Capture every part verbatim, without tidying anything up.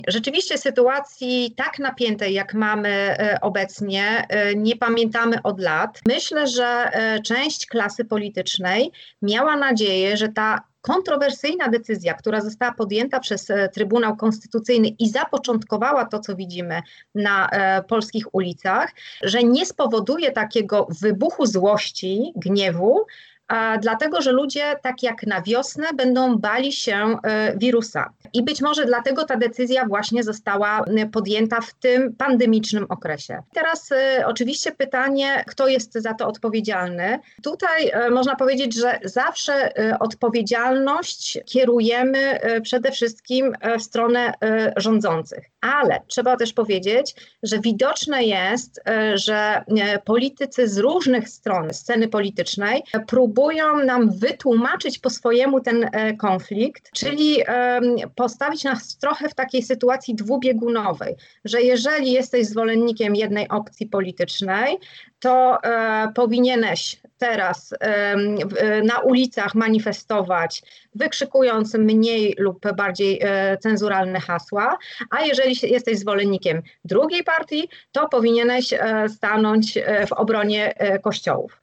Rzeczywiście sytuacji tak napiętej, jak mamy obecnie, nie pamiętamy od lat. Myślę, że część klasy politycznej miała nadzieję, że ta kontrowersyjna decyzja, która została podjęta przez Trybunał Konstytucyjny i zapoczątkowała to, co widzimy na polskich ulicach, że nie spowoduje takiego wybuchu złości, gniewu, dlatego, że ludzie, tak jak na wiosnę, będą bali się wirusa. I być może dlatego ta decyzja właśnie została podjęta w tym pandemicznym okresie. Teraz oczywiście pytanie, kto jest za to odpowiedzialny. Tutaj można powiedzieć, że zawsze odpowiedzialność kierujemy przede wszystkim w stronę rządzących. Ale trzeba też powiedzieć, że widoczne jest, że politycy z różnych stron sceny politycznej próbują Próbują nam wytłumaczyć po swojemu ten e, konflikt, czyli e, postawić nas trochę w takiej sytuacji dwubiegunowej, że jeżeli jesteś zwolennikiem jednej opcji politycznej, to e, powinieneś teraz e, na ulicach manifestować, wykrzykując mniej lub bardziej e, cenzuralne hasła, a jeżeli jesteś zwolennikiem drugiej partii, to powinieneś e, stanąć w obronie e, kościołów.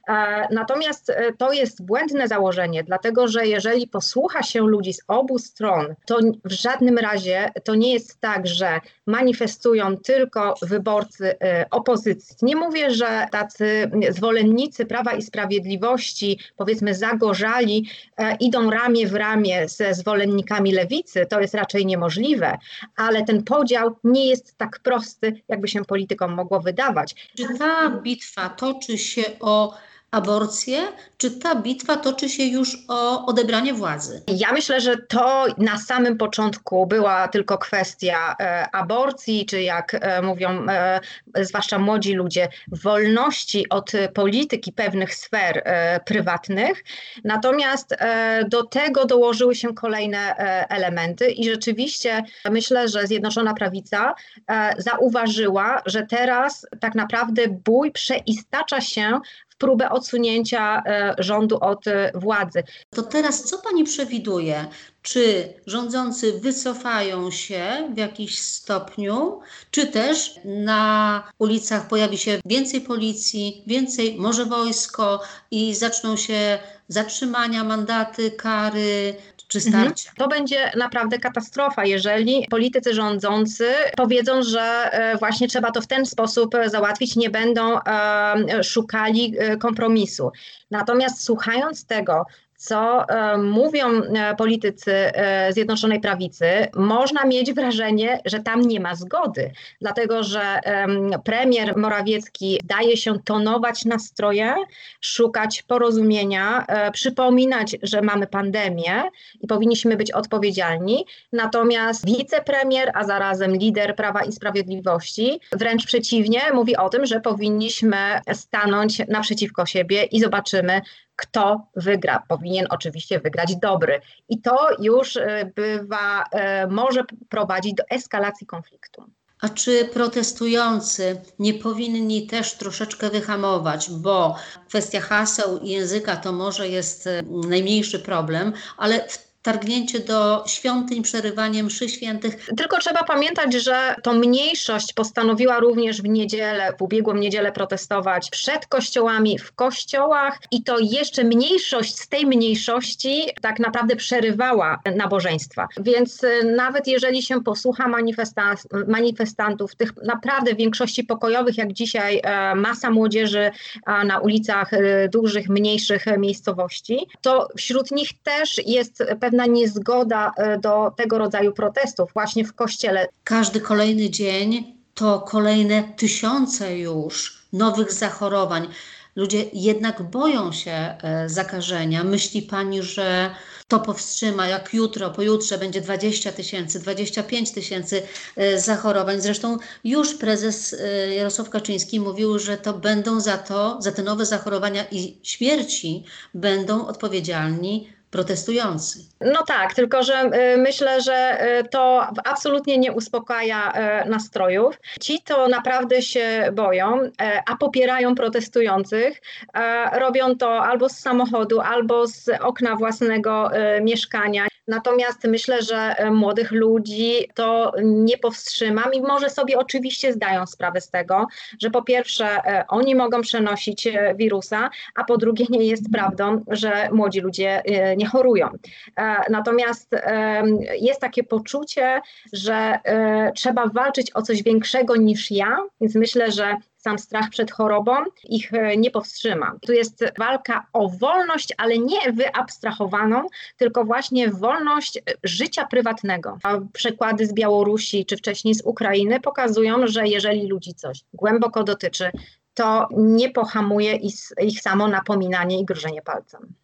Natomiast to jest błędne założenie, dlatego że jeżeli posłucha się ludzi z obu stron, to w żadnym razie to nie jest tak, że manifestują tylko wyborcy opozycji. Nie mówię, że tacy zwolennicy Prawa i Sprawiedliwości, powiedzmy zagorzali, idą ramię w ramię ze zwolennikami lewicy, to jest raczej niemożliwe, ale ten podział nie jest tak prosty, jakby się politykom mogło wydawać. Czy ta bitwa toczy się o aborcję, czy ta bitwa toczy się już o odebranie władzy? Ja myślę, że to na samym początku była tylko kwestia e, aborcji, czy jak e, mówią e, zwłaszcza młodzi ludzie, wolności od polityki pewnych sfer e, prywatnych. Natomiast e, do tego dołożyły się kolejne e, elementy i rzeczywiście myślę, że Zjednoczona Prawica e, zauważyła, że teraz tak naprawdę bój przeistacza się próbę odsunięcia e, rządu od e, władzy. To teraz co pani przewiduje? Czy rządzący wycofają się w jakiś stopniu, czy też na ulicach pojawi się więcej policji, więcej może wojsko i zaczną się zatrzymania, mandaty, kary, czy starcia? Mhm. To będzie naprawdę katastrofa, jeżeli politycy rządzący powiedzą, że właśnie trzeba to w ten sposób załatwić, nie będą e, szukali kompromisu. Natomiast słuchając tego, co e, mówią e, politycy e, Zjednoczonej Prawicy, można mieć wrażenie, że tam nie ma zgody, dlatego że e, premier Morawiecki daje się tonować nastroje, szukać porozumienia, e, przypominać, że mamy pandemię i powinniśmy być odpowiedzialni, natomiast wicepremier, a zarazem lider Prawa i Sprawiedliwości, wręcz przeciwnie, mówi o tym, że powinniśmy stanąć naprzeciwko siebie i zobaczymy, kto wygra. Powinien oczywiście wygrać dobry. I to już bywa, może prowadzić do eskalacji konfliktu. A czy protestujący nie powinni też troszeczkę wyhamować, bo kwestia haseł i języka to może jest najmniejszy problem, ale targnięcie do świątyń, przerywanie mszy świętych. Tylko trzeba pamiętać, że to mniejszość postanowiła również w niedzielę, w ubiegłą niedzielę protestować przed kościołami, w kościołach i to jeszcze mniejszość z tej mniejszości tak naprawdę przerywała nabożeństwa. Więc nawet jeżeli się posłucha manifesta- manifestantów, tych naprawdę w większości pokojowych, jak dzisiaj masa młodzieży na ulicach dużych, mniejszych miejscowości, to wśród nich też jest pewna pewna niezgoda do tego rodzaju protestów właśnie w kościele. Każdy kolejny dzień to kolejne tysiące już nowych zachorowań. Ludzie jednak boją się zakażenia. Myśli pani, że to powstrzyma, jak jutro, pojutrze będzie dwadzieścia tysięcy, dwadzieścia pięć tysięcy zachorowań. Zresztą już prezes Jarosław Kaczyński mówił, że to będą za to, za te nowe zachorowania i śmierci będą odpowiedzialni protestujący. No tak, tylko że y, myślę, że y, to absolutnie nie uspokaja y, nastrojów. Ci to naprawdę się boją, y, a popierają protestujących. Y, robią to albo z samochodu, albo z okna własnego y, mieszkania. Natomiast myślę, że młodych ludzi to nie powstrzyma, mimo że sobie oczywiście zdają sprawę z tego, że po pierwsze oni mogą przenosić wirusa, a po drugie nie jest prawdą, że młodzi ludzie nie chorują. Natomiast jest takie poczucie, że trzeba walczyć o coś większego niż ja, więc myślę, że sam strach przed chorobą ich nie powstrzyma. Tu jest walka o wolność, ale nie wyabstrahowaną, tylko właśnie wolność życia prywatnego. A przykłady z Białorusi czy wcześniej z Ukrainy pokazują, że jeżeli ludzi coś głęboko dotyczy, to nie pohamuje ich, ich samo napominanie i grożenie palcem.